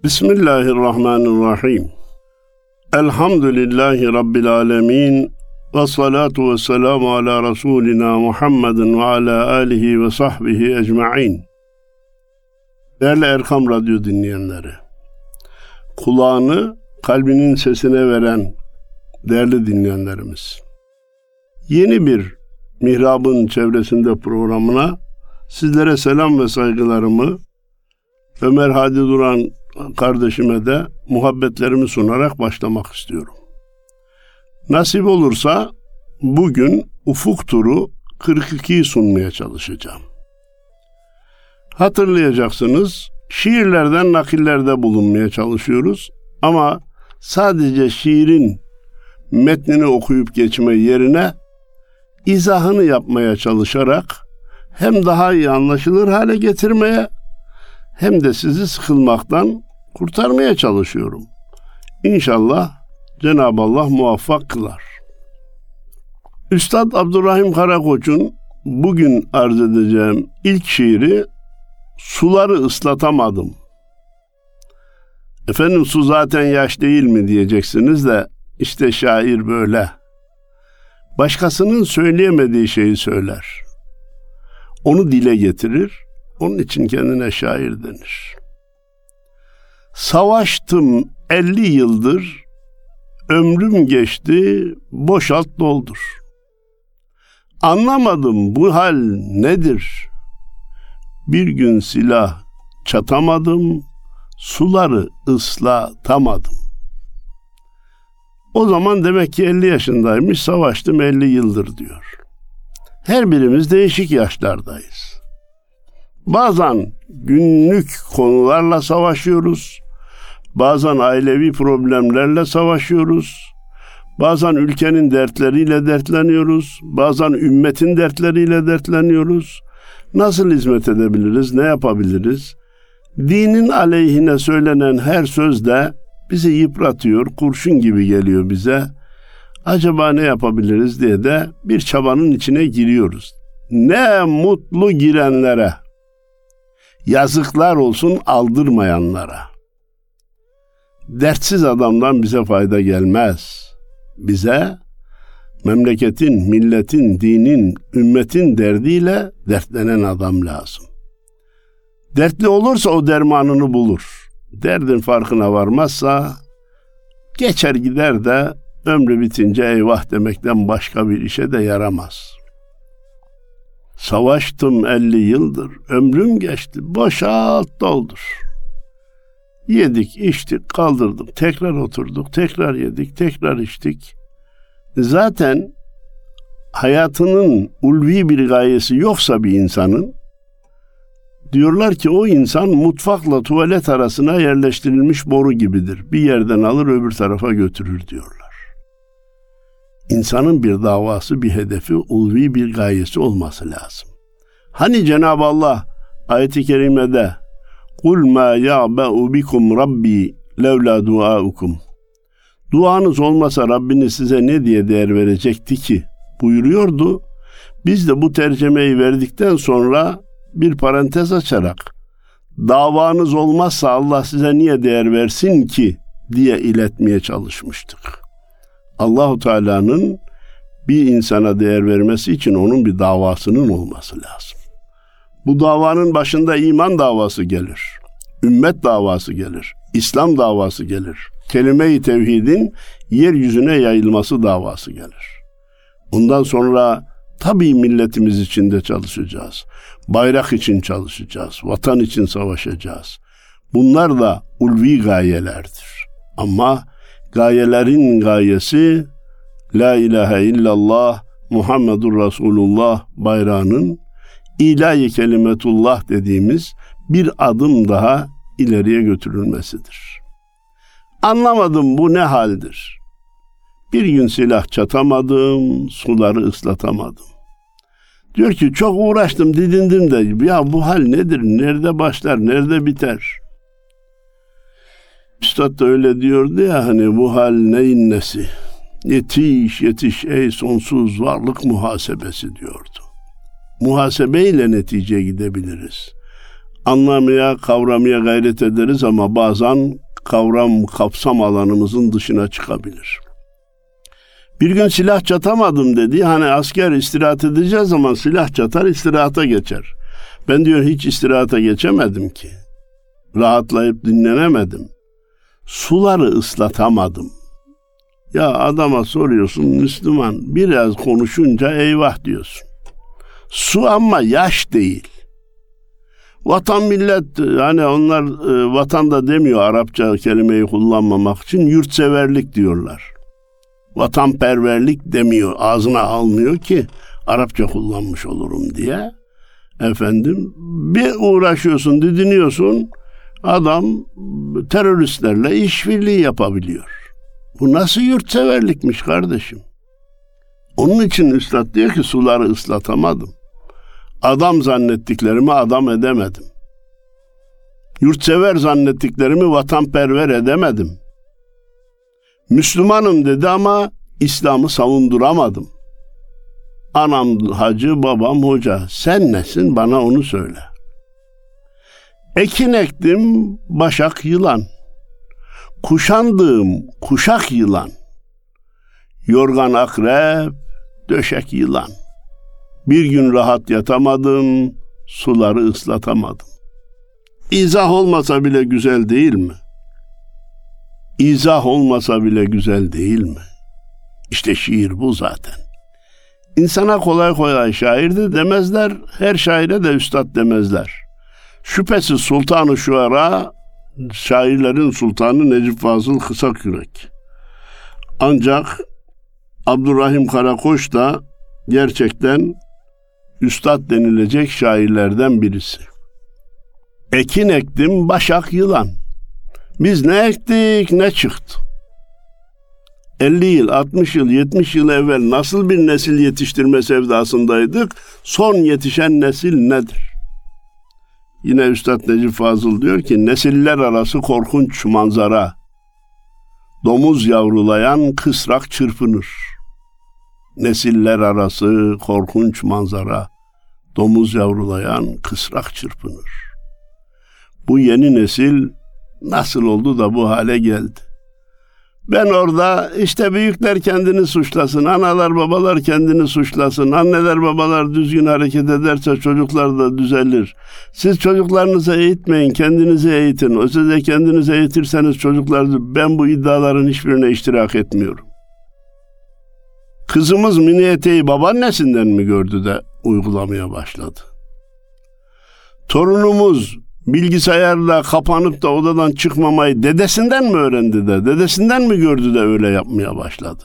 Bismillahirrahmanirrahim. Elhamdülillahi Rabbil alemin. Ve salatu ve selamu ala Resulina Muhammedin ve ala alihi ve sahbihi ecma'in. Değerli Erkam Radyo dinleyenleri, kulağını kalbinin sesine veren değerli dinleyenlerimiz, yeni bir Mihrab'ın çevresinde programına sizlere selam ve saygılarımı, Ömer Hadi Duran kardeşime de muhabbetlerimi sunarak başlamak istiyorum. Nasip olursa bugün Ufuk Turu 42'yi sunmaya çalışacağım. Hatırlayacaksınız, şiirlerden nakillerde bulunmaya çalışıyoruz ama sadece şiirin metnini okuyup geçme yerine izahını yapmaya çalışarak hem daha iyi anlaşılır hale getirmeye hem de sizi sıkılmaktan kurtarmaya çalışıyorum. İnşallah Cenab-ı Allah muvaffak kılar. Üstad Abdurrahim Karakoç'un bugün arz edeceğim ilk şiiri Suları ıslatamadım. Efendim, su zaten yaş değil mi diyeceksiniz de işte şair böyle. Başkasının söyleyemediği şeyi söyler. Onu dile getirir. Onun için kendine şair denir. Savaştım 50 yıldır, ömrüm geçti, boşalt doldur. Anlamadım bu hal nedir? Bir gün silah çatamadım, suları ıslatamadım. O zaman demek ki 50 yaşındaymış, savaştım 50 yıldır diyor. Her birimiz değişik yaşlardayız. Bazen günlük konularla savaşıyoruz, bazen ailevi problemlerle savaşıyoruz, bazen ülkenin dertleriyle dertleniyoruz, bazen ümmetin dertleriyle dertleniyoruz. Nasıl hizmet edebiliriz, ne yapabiliriz? Dinin aleyhine söylenen her söz de bizi yıpratıyor, kurşun gibi geliyor bize. Acaba ne yapabiliriz diye de bir çabanın içine giriyoruz. Ne mutlu girenlere, yazıklar olsun aldırmayanlara. Dertsiz adamdan bize fayda gelmez. Bize memleketin, milletin, dinin, ümmetin derdiyle dertlenen adam lazım. Dertli olursa o dermanını bulur. Derdin farkına varmazsa geçer gider de ömrü bitince eyvah demekten başka bir işe de yaramaz. Savaştım 50 yıldır, ömrüm geçti, boşalt doldur. Yedik, içtik, kaldırdık, tekrar oturduk, tekrar yedik, tekrar içtik. Zaten hayatının ulvi bir gayesi yoksa bir insanın, diyorlar ki o insan mutfakla tuvalet arasına yerleştirilmiş boru gibidir. Bir yerden alır öbür tarafa götürür diyorlar. İnsanın bir davası, bir hedefi, ulvi bir gayesi olması lazım. Hani Cenab-ı Allah ayet-i kerimede "Kul ma ya'ba'u bikum rabbi levla duaukum." Duanız olmasa Rabbiniz size ne diye değer verecekti ki buyuruyordu. Biz de bu tercemeyi verdikten sonra bir parantez açarak davanız olmazsa Allah size niye değer versin ki diye iletmeye çalışmıştık. Allah-u Teala'nın bir insana değer vermesi için onun bir davasının olması lazım. Bu davanın başında iman davası gelir, ümmet davası gelir, İslam davası gelir, kelime-i tevhidin yeryüzüne yayılması davası gelir. Ondan sonra tabii milletimiz için de çalışacağız, bayrak için çalışacağız, vatan için savaşacağız. Bunlar da ulvi gayelerdir. Ama gayelerin gayesi La ilahe illallah Muhammedur Resulullah bayrağının ilahi kelimetullah dediğimiz bir adım daha ileriye götürülmesidir. Anlamadım bu ne haldir? Bir gün silah çatamadım, suları ıslatamadım. Diyor ki çok uğraştım, didindim de ya bu hal nedir? Nerede başlar, nerede biter? Üstad da öyle diyordu ya, hani bu hal neyin nesi? Yetiş yetiş ey sonsuz varlık muhasebesi diyordu. Muhasebeyle neticeye gidebiliriz. anlamaya, kavramaya gayret ederiz ama bazen kapsam alanımızın dışına çıkabilir. Bir gün silah çatamadım dedi. Hani asker istirahat edeceği zaman silah çatar, istirahata geçer. Ben diyor hiç istirahata geçemedim ki. Rahatlayıp dinlenemedim. Suları ıslatamadım. Ya adama soruyorsun, Müslüman biraz konuşunca eyvah diyorsun. Su ama yaş değil. Vatan millet, hani onlar vatan da demiyor Arapça kelimeyi kullanmamak için, yurtseverlik diyorlar. Vatanperverlik demiyor, ağzına almıyor ki Arapça kullanmış olurum diye. Efendim bir uğraşıyorsun, didiniyorsun, adam teröristlerle işbirliği yapabiliyor. Bu nasıl yurtseverlikmiş kardeşim? Onun için üstad diyor ki suları ıslatamadım. Adam zannettiklerimi adam edemedim. Yurtsever zannettiklerimi vatanperver edemedim. Müslümanım dedi ama İslam'ı savunduramadım. Anam hacı, babam hoca. Sen nesin? Bana onu söyle. Ekin ektim, başak yılan. Kuşandığım kuşak yılan. Yorgan akrep, döşek yılan. Bir gün rahat yatamadım, suları ıslatamadım. İzah olmasa bile güzel değil mi? İzah olmasa bile güzel değil mi? İşte şiir bu zaten. İnsana kolay kolay şair de demezler, her şaire de üstad demezler. Şüphesiz Sultan-ı Şuara, şairlerin sultanı Necip Fazıl Kısakürek. Ancak Abdurrahim Karakoç da gerçekten üstad denilecek şairlerden birisi. Ekin ektim, başak yılan. Biz ne ektik ne çıktı. 50 yıl, 60 yıl, 70 yıl evvel nasıl bir nesil yetiştirme sevdasındaydık? Son yetişen nesil nedir? Yine Üstad Necip Fazıl diyor ki, nesiller arası korkunç manzara. Domuz yavrulayan kısrak çırpınır. Nesiller arası korkunç manzara. Domuz yavrulayan kısrak çırpınır. Bu yeni nesil nasıl oldu da bu hale geldi? Ben orada işte büyükler kendini suçlasın, analar babalar kendini suçlasın, anneler babalar düzgün hareket ederse çocuklar da düzelir. Siz çocuklarınızı eğitmeyin, kendinizi eğitin. O siz de kendinizi eğitirseniz çocuklar, ben bu iddiaların hiçbirine iştirak etmiyorum. Kızımız mini eteği babaannesinden mi gördü de uygulamaya başladı? Torunumuz bilgisayarla kapanıp da odadan çıkmamayı dedesinden mi öğrendi de, dedesinden mi gördü de öyle yapmaya başladı?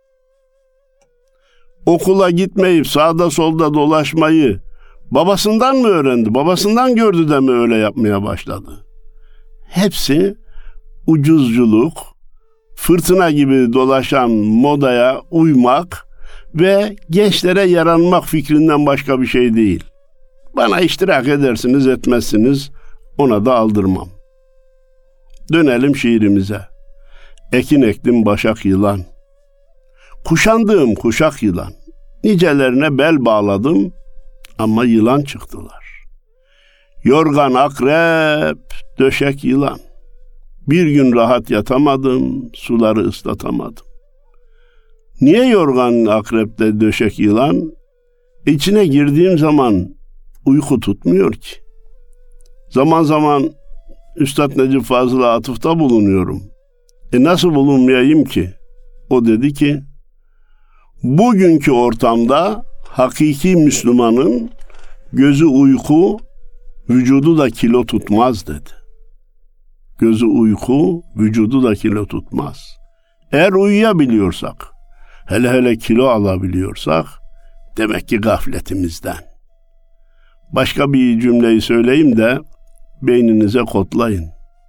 Okula gitmeyip sağda solda dolaşmayı babasından mı öğrendi, babasından gördü de mi öyle yapmaya başladı? Hepsi ucuzculuk, fırtına gibi dolaşan modaya uymak ve gençlere yaranmak fikrinden başka bir şey değil. Bana iştirak edersiniz, etmezsiniz, ona da aldırmam. Dönelim şiirimize. Ekin ektim başak yılan. Kuşandığım kuşak yılan. Nicelerine bel bağladım ama yılan çıktılar. Yorgan akrep, döşek yılan. Bir gün rahat yatamadım, suları ıslatamadım. Niye yorgan akrepte döşek yılan? İçine girdiğim zaman uyku tutmuyor ki. Zaman zaman Üstad Necip Fazıl'a atıfta bulunuyorum. Nasıl bulunmayayım ki? O dedi ki, bugünkü ortamda hakiki Müslümanın gözü uyku, vücudu da kilo tutmaz dedi. Gözü uyku, vücudu da kilo tutmaz. Eğer uyuyabiliyorsak, hele hele kilo alabiliyorsak, demek ki gafletimizden. Başka bir cümleyi söyleyeyim de beyninize kodlayın.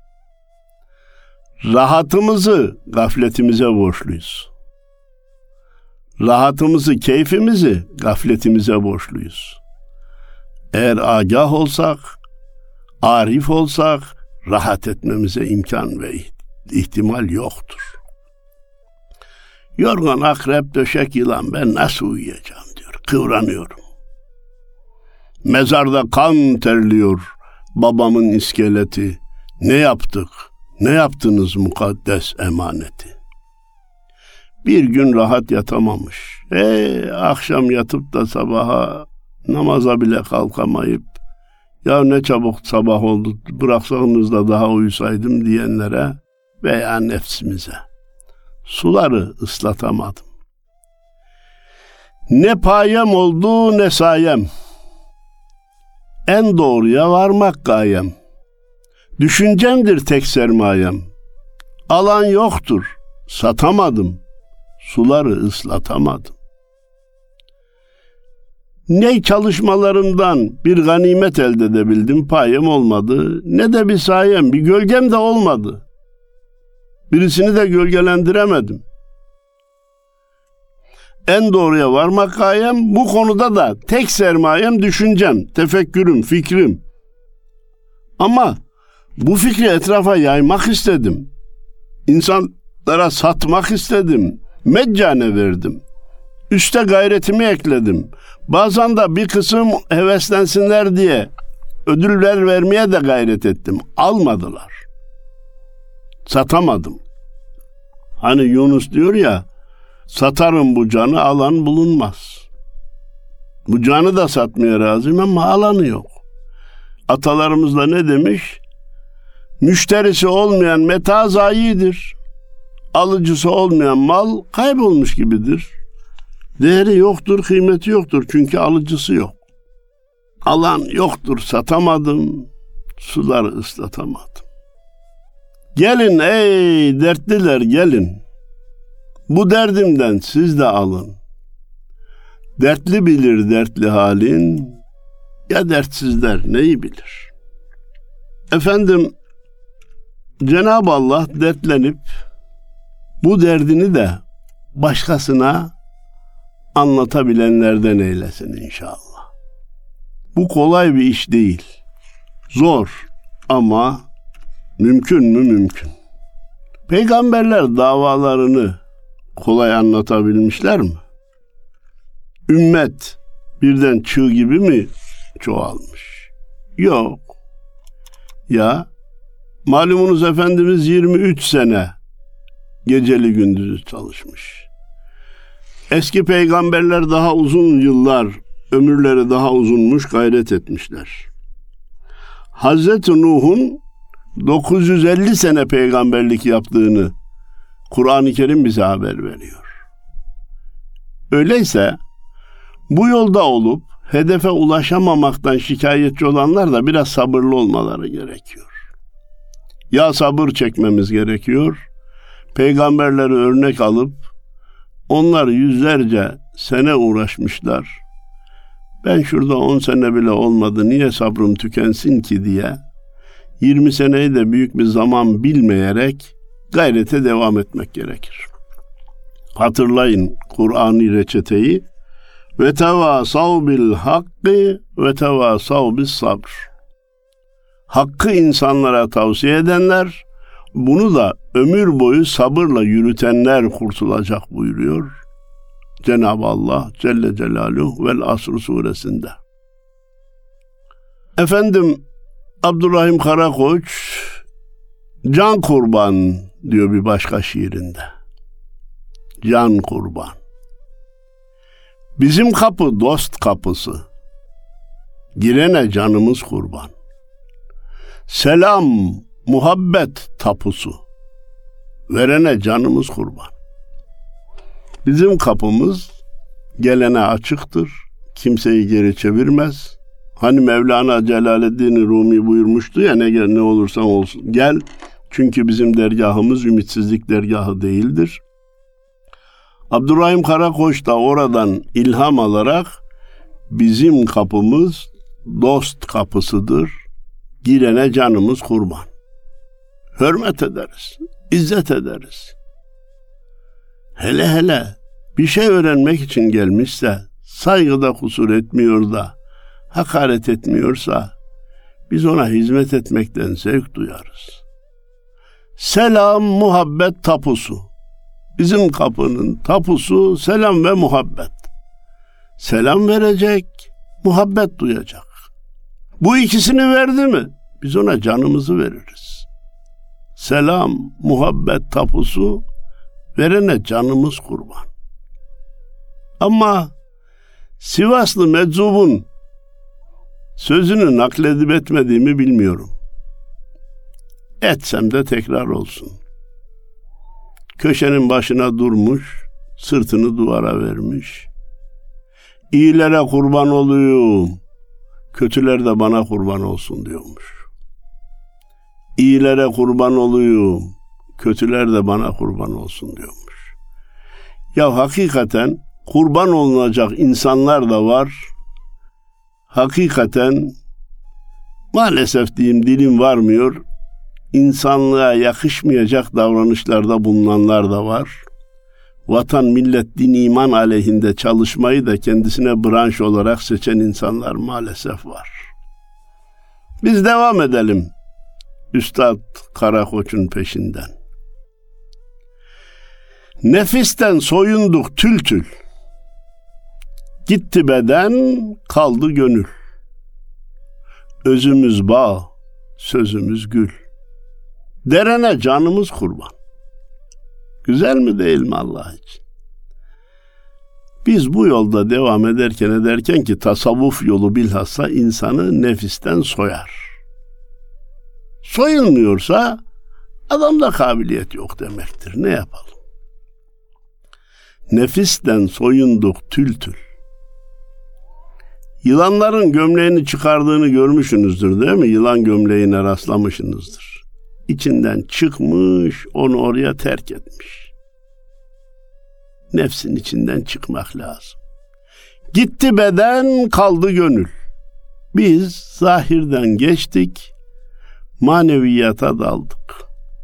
Rahatımızı gafletimize borçluyuz. Rahatımızı, keyfimizi gafletimize borçluyuz. Eğer agah olsak, arif olsak, rahat etmemize imkan ve ihtimal yoktur. Yorgan akrep döşek yılan, ben nasıl uyuyacağım diyor, kıvranıyorum. Mezarda kan terliyor, babamın iskeleti, ne yaptık, ne yaptınız mukaddes emaneti. Bir gün rahat yatamamış. Akşam yatıp da sabaha namaza bile kalkamayıp, ya ne çabuk sabah oldu, bıraksanız da daha uyusaydım diyenlere veya nefsimize suları ıslatamadım. Ne payem oldu ne sayem, en doğruya varmak gayem. Düşüncemdir tek sermayem, alan yoktur, satamadım, suları ıslatamadım. Ne çalışmalarımdan bir ganimet elde edebildim, payem olmadı, ne de bir sayem, bir gölgem de olmadı. Birisini de gölgelendiremedim. En doğruya varmak gayem, bu konuda da tek sermayem düşüncem, tefekkürüm, fikrim. Ama bu fikri etrafa yaymak istedim. İnsanlara satmak istedim. Meccane verdim. Üste gayretimi ekledim. Bazen de bir kısım heveslensinler diye ödüller vermeye de gayret ettim. Almadılar. Satamadım. Hani Yunus diyor ya, satarım bu canı, alan bulunmaz. Bu canı da satmaya razıyım ama alanı yok. Atalarımız da ne demiş? Müşterisi olmayan meta zayidir. Alıcısı olmayan mal kaybolmuş gibidir. Değeri yoktur, kıymeti yoktur çünkü alıcısı yok. Alan yoktur, satamadım, suları ıslatamadım. Gelin ey dertliler gelin, bu derdimden siz de alın. Dertli bilir dertli halin, ya dertsizler neyi bilir? Efendim, Cenab-ı Allah dertlenip bu derdini de başkasına anlatabilenlerden eylesin inşallah. Bu kolay bir iş değil. Zor ama mümkün mü? Mümkün. Peygamberler davalarını kolay anlatabilmişler mi? Ümmet birden çığ gibi mi çoğalmış? Yok. Ya malumunuz Efendimiz 23 sene geceli gündüzü çalışmış. Eski peygamberler daha uzun yıllar, ömürleri daha uzunmuş, gayret etmişler. Hazreti Nuh'un 950 sene peygamberlik yaptığını Kur'an-ı Kerim bize haber veriyor. Öyleyse bu yolda olup hedefe ulaşamamaktan şikayetçi olanlar da biraz sabırlı olmaları gerekiyor. Ya sabır çekmemiz gerekiyor, peygamberleri örnek alıp onlar yüzlerce sene uğraşmışlar. Ben şurada 10 sene bile olmadı, niye sabrım tükensin ki diye 20 seneyi de büyük bir zaman bilmeyerek gayrete devam etmek gerekir. Hatırlayın Kur'an-ı reçeteyi. Ve tevasav bil hakkı ve tevasav bis sabr. Hakkı insanlara tavsiye edenler, bunu da ömür boyu sabırla yürütenler kurtulacak buyuruyor Cenab-ı Allah Celle Celaluhu Vel Asr suresinde. Efendim Abdurrahim Karakoç can kurban diyor bir başka şiirinde. Can kurban. Bizim kapı dost kapısı. Girene canımız kurban. Selam, muhabbet tapusu. Verene canımız kurban. Bizim kapımız gelene açıktır. Kimseyi geri çevirmez. Hani Mevlana Celaleddin Rumi buyurmuştu ya, ne olursan olsun gel. Çünkü bizim dergahımız ümitsizlik dergahı değildir. Abdurrahim Karakoç da oradan ilham alarak bizim kapımız dost kapısıdır. Girene canımız kurban. Hürmet ederiz, izzet ederiz. Hele hele bir şey öğrenmek için gelmişse, saygıda kusur etmiyor da, hakaret etmiyorsa, biz ona hizmet etmekten zevk duyarız. Selam, muhabbet tapusu. Bizim kapının tapusu selam ve muhabbet. Selam verecek, muhabbet duyacak. Bu ikisini verdi mi? Biz ona canımızı veririz. Selam, muhabbet tapusu verene canımız kurban. Ama Sivaslı meczubun sözünü nakledip etmediğimi bilmiyorum. Etsem de tekrar olsun. Köşenin başına durmuş, sırtını duvara vermiş. İyilere kurban olayım, kötüler de bana kurban olsun diyormuş. İyilere kurban olayım, kötüler de bana kurban olsun diyormuş. Ya hakikaten kurban olunacak insanlar da var. Hakikaten maalesef diyeyim dilim varmıyor. İnsanlığa yakışmayacak davranışlarda bulunanlar da var. Vatan, millet, din, iman aleyhinde çalışmayı da kendisine branş olarak seçen insanlar maalesef var. Biz devam edelim Üstad Karakoç'un peşinden. Nefisten soyunduk tül tül. Gitti beden, kaldı gönül. Özümüz bağ, sözümüz gül. Derene canımız kurban. Güzel mi değil mi Allah için? Biz bu yolda devam ederken ki tasavvuf yolu bilhassa insanı nefisten soyar. Soyulmuyorsa adamda kabiliyet yok demektir. Ne yapalım? Nefisten soyunduk tül tül. Yılanların gömleğini çıkardığını görmüşsünüzdür değil mi? Yılan gömleğine rastlamışsınızdır. İçinden çıkmış, onu oraya terk etmiş. Nefsin içinden çıkmak lazım. Gitti beden, kaldı gönül. Biz zahirden geçtik, maneviyata daldık.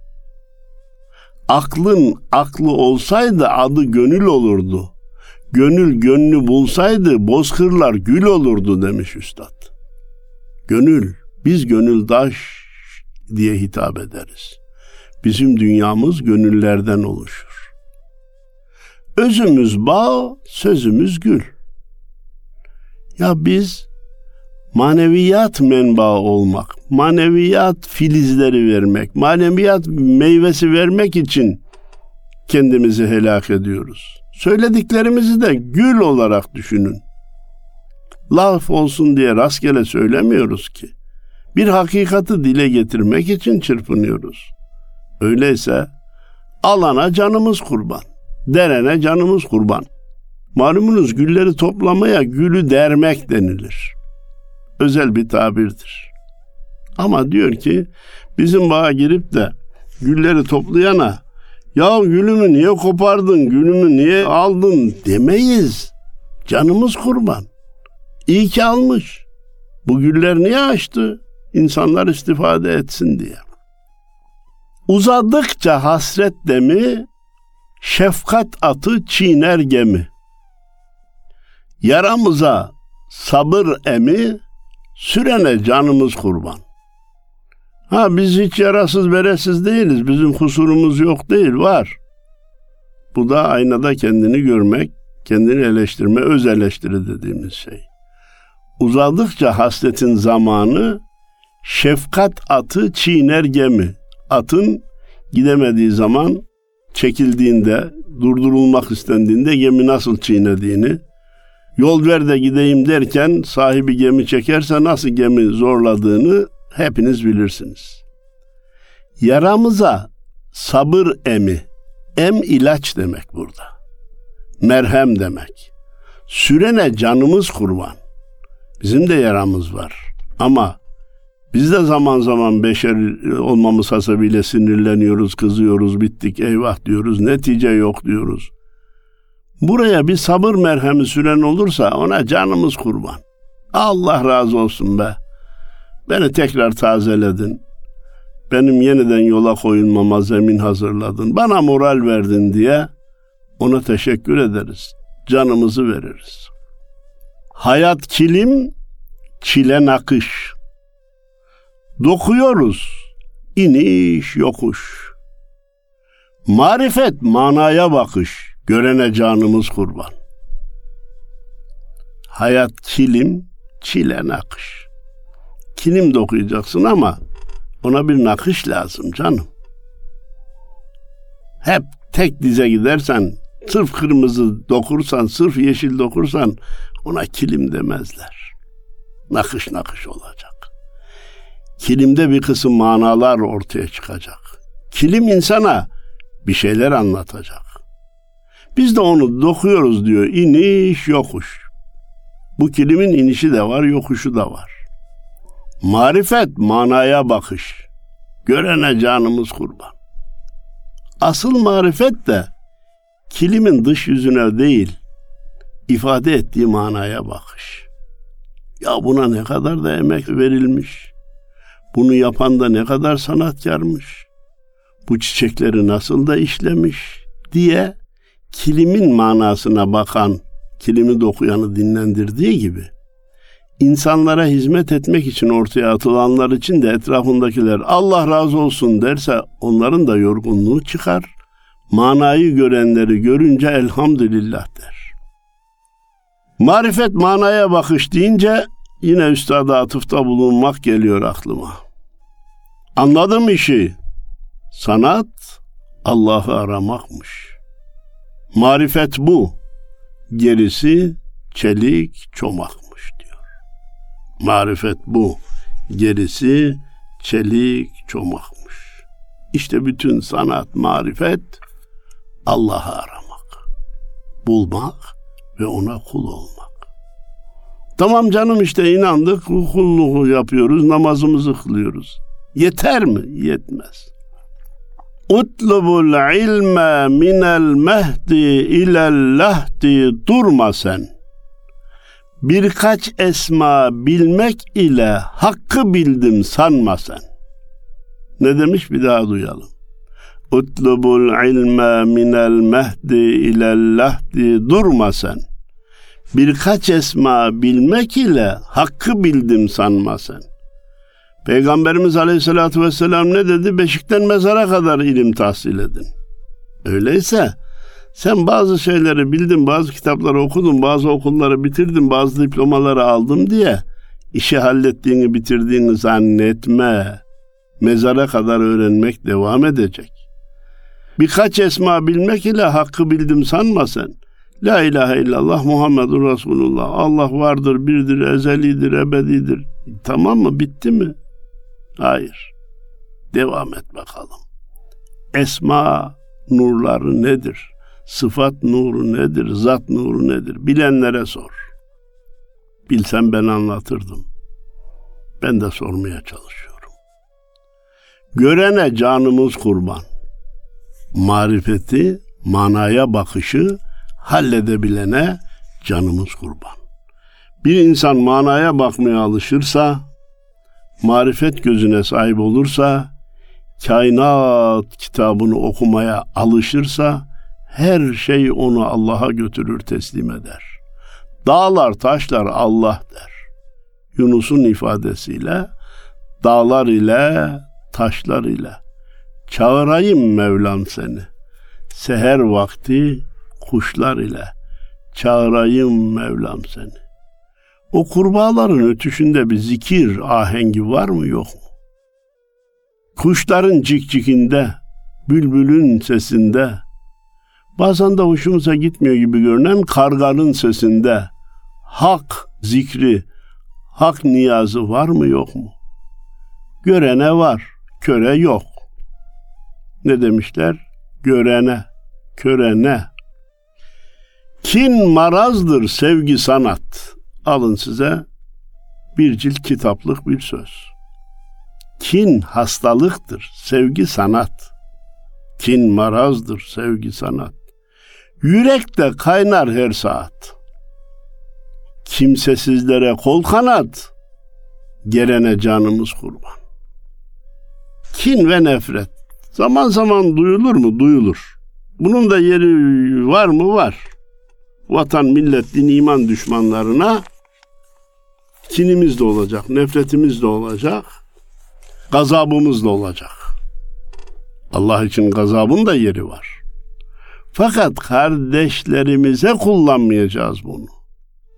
Aklın aklı olsaydı adı gönül olurdu. Gönül gönlü bulsaydı bozkırlar gül olurdu demiş üstad. Gönül, biz gönüldaş diye hitap ederiz. Bizim dünyamız gönüllerden oluşur. Özümüz bağ, sözümüz gül. Ya biz maneviyat menbaı olmak, maneviyat filizleri vermek, maneviyat meyvesi vermek için kendimizi helak ediyoruz. Söylediklerimizi de gül olarak düşünün. Laf olsun diye rastgele söylemiyoruz ki. Bir hakikati dile getirmek için çırpınıyoruz. Öyleyse alana canımız kurban, derene canımız kurban. Malumunuz gülleri toplamaya gülü dermek denilir. Özel bir tabirdir. Ama diyor ki bizim bağa girip de gülleri toplayana ya gülümü niye kopardın, gülümü niye aldın demeyiz. Canımız kurban. İyi ki almış. Bu güller niye açtı? İnsanlar istifade etsin diye. Uzadıkça hasret demi, şefkat atı çiğner gemi. Yaramıza sabır emi, sürene canımız kurban. Biz hiç yarasız beresiz değiliz. Bizim kusurumuz yok değil, var. Bu da aynada kendini görmek, kendini eleştirme, öz eleştiri dediğimiz şey. Uzadıkça hasretin zamanı, şefkat atı çiğner gemi. Atın gidemediği zaman, çekildiğinde, durdurulmak istendiğinde gemi nasıl çiğnediğini, yol ver de gideyim derken sahibi gemi çekerse nasıl gemi zorladığını hepiniz bilirsiniz. Yaramıza sabır emi, em ilaç demek burada. Merhem demek. Sürene canımız kurban. Bizim de yaramız var. Ama biz de zaman zaman beşer olmamız hasebiyle sinirleniyoruz, kızıyoruz, bittik, eyvah diyoruz, netice yok diyoruz. Buraya bir sabır merhemi süren olursa ona canımız kurban. Allah razı olsun be. Beni tekrar tazeledin. Benim yeniden yola koyulmama zemin hazırladın. Bana moral verdin diye ona teşekkür ederiz. Canımızı veririz. Hayat kilim, çile nakış. Dokuyoruz, iniş yokuş. Marifet manaya bakış, görene canımız kurban. Hayat kilim, çile nakış. Kilim dokuyacaksın ama Ona bir nakış lazım canım. Hep tek dize gidersen, sırf kırmızı dokursan, sırf yeşil dokursan ona kilim demezler. Nakış nakış olacak. Kilimde bir kısım manalar ortaya çıkacak. Kilim insana bir şeyler anlatacak. Biz de onu dokuyoruz diyor. İniş yokuş. Bu kilimin inişi de var, yokuşu da var. Marifet, manaya bakış. Görene canımız kurban. Asıl marifet de kilimin dış yüzüne değil, ifade ettiği manaya bakış. Ya buna ne kadar da emek verilmiş. Bunu yapan da ne kadar sanatkarmış. Bu çiçekleri nasıl da işlemiş diye kilimin manasına bakan, kilimi dokuyanı dinlendirdiği gibi insanlara hizmet etmek için ortaya atılanlar için de etrafındakiler Allah razı olsun derse onların da yorgunluğu çıkar. Manayı görenleri görünce elhamdülillah der. Marifet manaya bakış deyince yine üstada atıfta bulunmak geliyor aklıma. Anladım işi. Sanat Allah'ı aramakmış. Marifet bu. Gerisi çelik çomakmış diyor. Marifet bu. Gerisi çelik çomakmış. İşte bütün sanat, marifet Allah'ı aramak, bulmak ve ona kul olmak. Tamam canım işte inandık, kulluğu yapıyoruz, namazımızı kılıyoruz. Yeter mi? Yetmez. Utlubul ilme minel mehdi ilel lahdi durma sen. Birkaç esma bilmek ile hakkı bildim sanma sen. Ne demiş bir daha duyalım. Utlubul ilme minel mehdi ilel lahdi durma sen. Birkaç esma bilmek ile hakkı bildim sanma sen. Peygamberimiz Aleyhisselatü Vesselam ne dedi? Beşikten mezara kadar ilim tahsil edin. Öyleyse sen bazı şeyleri bildin, bazı kitapları okudun, bazı okulları bitirdin, bazı diplomaları aldım diye işi hallettiğini, bitirdiğini zannetme. Mezara kadar öğrenmek devam edecek. Birkaç esma bilmek ile hakkı bildim sanma sen. La ilahe illallah Muhammedur Resulullah. Allah vardır, birdir, ezelidir, ebedidir. Tamam mı? Bitti mi? Hayır. Devam et bakalım. Esma nurları nedir? Sıfat nuru nedir? Zat nuru nedir? Bilenlere sor. Bilsem ben anlatırdım. Ben de sormaya çalışıyorum. Görene canımız kurban. Marifeti, manaya bakışı halledebilene canımız kurban. Bir insan manaya bakmaya alışırsa, marifet gözüne sahip olursa, kainat kitabını okumaya alışırsa, her şey onu Allah'a götürür, teslim eder. Dağlar, taşlar Allah der. Yunus'un ifadesiyle, dağlar ile, taşlar ile çağırayım Mevlam seni. Seher vakti kuşlar ile çağırayım Mevlam seni. O kurbağaların ötüşünde bir zikir ahengi var mı yok mu? Kuşların cikcikinde, bülbülün sesinde, bazen de hoşumuza gitmiyor gibi görünen karganın sesinde hak zikri, hak niyazı var mı yok mu? Görene var, köre yok. Ne demişler? Görene, körene. Kin marazdır, sevgi sanat. Alın size bir cilt kitaplık bir söz. Kin hastalıktır, sevgi sanat. Kin marazdır, sevgi sanat. Yürekte kaynar her saat. Kimsesizlere kol kanat, gelene canımız kurban. Kin ve nefret zaman zaman duyulur mu? Duyulur. Bunun da yeri var mı? Var. Vatan, millet, din, iman düşmanlarına kinimiz de olacak, nefretimiz de olacak, gazabımız da olacak. Allah için gazabın da yeri var. Fakat kardeşlerimize kullanmayacağız bunu.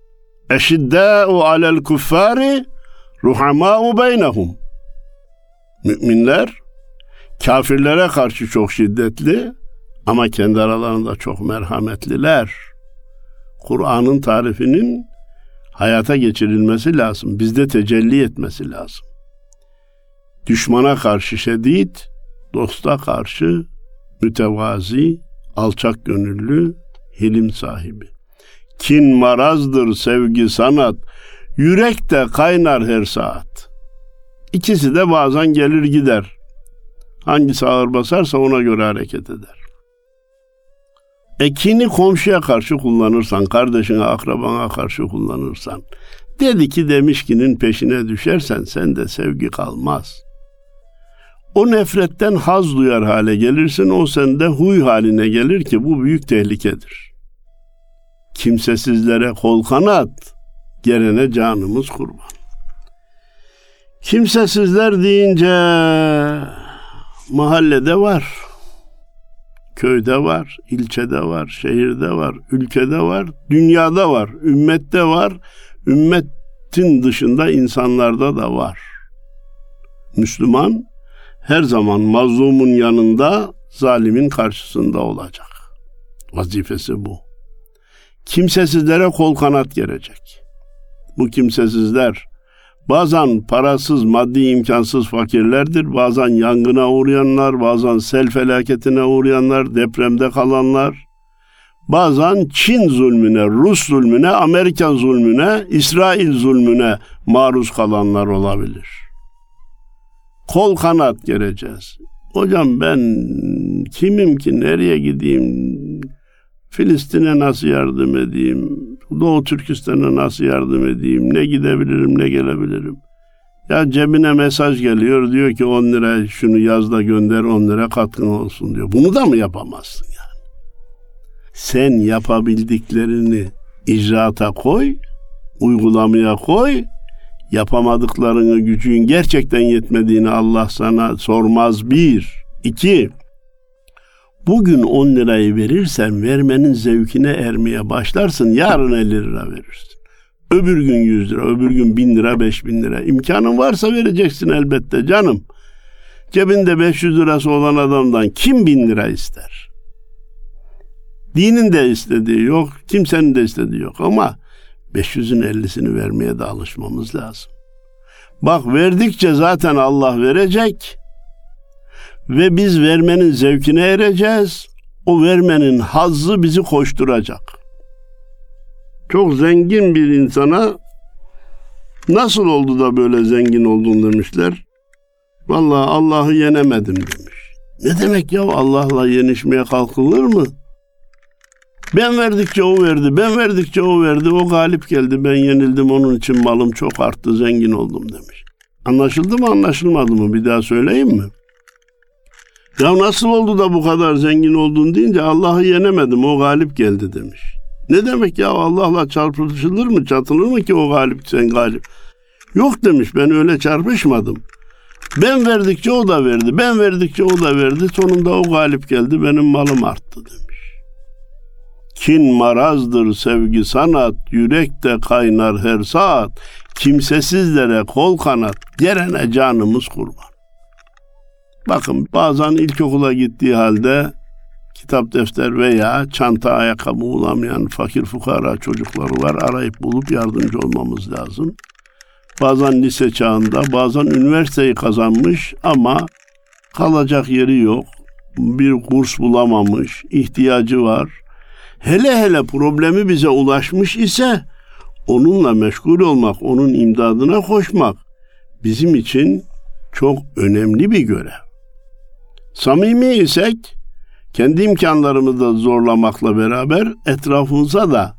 Eşiddâ'u alel kuffâri ruhamâ'u beynehum. Müminler kafirlere karşı çok şiddetli ama kendi aralarında çok merhametliler. Kur'an'ın tarifinin hayata geçirilmesi lazım. Bizde tecelli etmesi lazım. Düşmana karşı şedid, dosta karşı mütevazi, alçak gönüllü, hilim sahibi. Kin marazdır, sevgi sanat, yürekte kaynar her saat. İkisi de bazen gelir gider. Hangisi ağır basarsa ona göre hareket eder. Kini komşuya karşı kullanırsan, kardeşine, akrabana karşı kullanırsan, dedi ki demiş kinin peşine düşersen sende sevgi kalmaz. O nefretten haz duyar hale gelirsin, o sende huy haline gelir ki bu büyük tehlikedir. Kimsesizlere kol kanat, gelene canımız kurban. Kimsesizler deyince mahallede var, köyde var, ilçede var, şehirde var, ülkede var, dünyada var, ümmette var, ümmetin dışında insanlarda da var. Müslüman her zaman mazlumun yanında, zalimin karşısında olacak. Vazifesi bu. Kimsesizlere kol kanat gelecek. Bu kimsesizler bazen parasız, maddi imkansız fakirlerdir. Bazen yangına uğrayanlar, bazen sel felaketine uğrayanlar, depremde kalanlar. Bazen Çin zulmüne, Rus zulmüne, Amerika zulmüne, İsrail zulmüne maruz kalanlar olabilir. Kol kanat geleceğiz. Hocam ben kimim ki, nereye gideyim? Filistin'e nasıl yardım edeyim? Doğu Türkistan'a nasıl yardım edeyim? Ne gidebilirim, ne gelebilirim? Ya cebine mesaj geliyor, diyor ki 10 lira şunu yaz da gönder, 10 lira katkın olsun diyor. Bunu da mı yapamazsın yani? Sen yapabildiklerini icraata koy, uygulamaya koy. Yapamadıklarını, gücün gerçekten yetmediğini Allah sana sormaz. 1. 2. Bugün 10 lirayı verirsen vermenin zevkine ermeye başlarsın. Yarın 50 lira verirsin. Öbür gün 100 lira, öbür gün 1000 lira, 5000 lira. İmkanın varsa vereceksin elbette canım. Cebinde 500 lirası olan adamdan kim 1000 lira ister? Dinin de istediği yok, kimsenin de istediği yok ama 500'ün 50'sini vermeye de alışmamız lazım. Bak verdikçe zaten Allah verecek ve biz vermenin zevkine ereceğiz. O vermenin hazzı bizi koşturacak. Çok zengin bir insana nasıl oldu da böyle zengin oldun demişler. Vallahi Allah'ı yenemedim demiş. Ne demek ya, Allah'la yenişmeye kalkılır mı? Ben verdikçe o verdi, ben verdikçe o verdi, o galip geldi, ben yenildim, onun için malım çok arttı, zengin oldum demiş. Anlaşıldı mı, anlaşılmadı mı? Bir daha söyleyeyim mi? Ya nasıl oldu da bu kadar zengin oldun deyince Allah'ı yenemedim, o galip geldi demiş. Ne demek ya, Allah'la çarpışılır mı, çatılır mı ki o galip, sen galip? Yok demiş, ben öyle çarpışmadım. Ben verdikçe o da verdi, ben verdikçe o da verdi, sonunda o galip geldi, benim malım arttı demiş. Kin marazdır, sevgi sanat, yürekte kaynar her saat, kimsesizlere kol kanat, gelene canımız kurban. Bakın bazen ilkokula gittiği halde kitap, defter veya çanta, ayakkabı bulamayan fakir fukara çocukları var. Arayıp bulup yardımcı olmamız lazım. Bazen lise çağında, bazen üniversiteyi kazanmış ama kalacak yeri yok. Bir kurs bulamamış, ihtiyacı var. Hele hele problemi bize ulaşmış ise onunla meşgul olmak, onun imdadına koşmak bizim için çok önemli bir görev. Samimi isek kendi imkanlarımızı da zorlamakla beraber etrafımıza da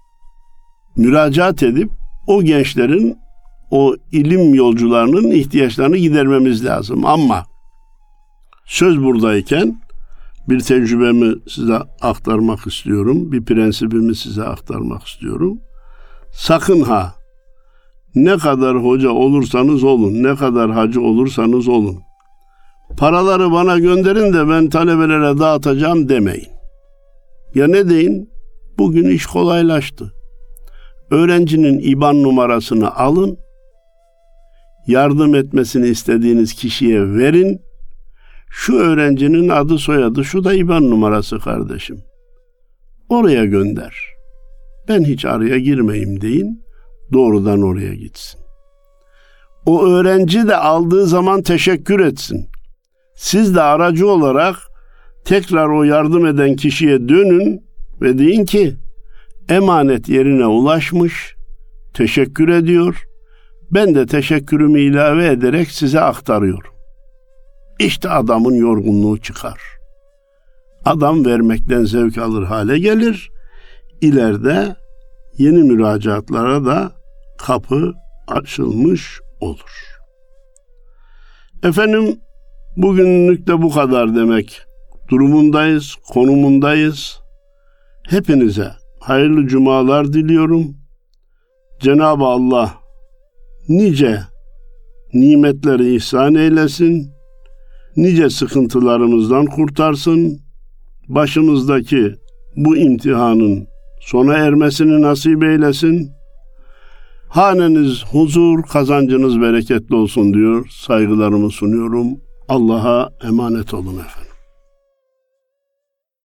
müracaat edip o gençlerin, o ilim yolcularının ihtiyaçlarını gidermemiz lazım. Ama söz buradayken bir tecrübemi size aktarmak istiyorum. Bir prensibimi size aktarmak istiyorum. Sakın ha, ne kadar hoca olursanız olun, ne kadar hacı olursanız olun, paraları bana gönderin de ben talebelere dağıtacağım demeyin. Ya ne deyin? Bugün iş kolaylaştı. Öğrencinin IBAN numarasını alın, yardım etmesini istediğiniz kişiye verin. Şu öğrencinin adı soyadı, şu da IBAN numarası kardeşim. Oraya gönder. Ben hiç araya girmeyeyim deyin. Doğrudan oraya gitsin. O öğrenci de aldığı zaman teşekkür etsin. Siz de aracı olarak tekrar o yardım eden kişiye dönün ve deyin ki emanet yerine ulaşmış, teşekkür ediyor. Ben de teşekkürümü ilave ederek size aktarıyorum. İşte adamın yorgunluğu çıkar. Adam vermekten zevk alır hale gelir. İleride yeni müracaatlara da kapı açılmış olur. Efendim, bugünlük de bu kadar demek durumundayız, konumundayız. Hepinize hayırlı cumalar diliyorum. Cenab-ı Allah nice nimetleri ihsan eylesin, nice sıkıntılarımızdan kurtarsın, başımızdaki bu imtihanın sona ermesini nasip eylesin. Haneniz huzur, kazancınız bereketli olsun diyor. Saygılarımı sunuyorum. Allah'a emanet olun efendim.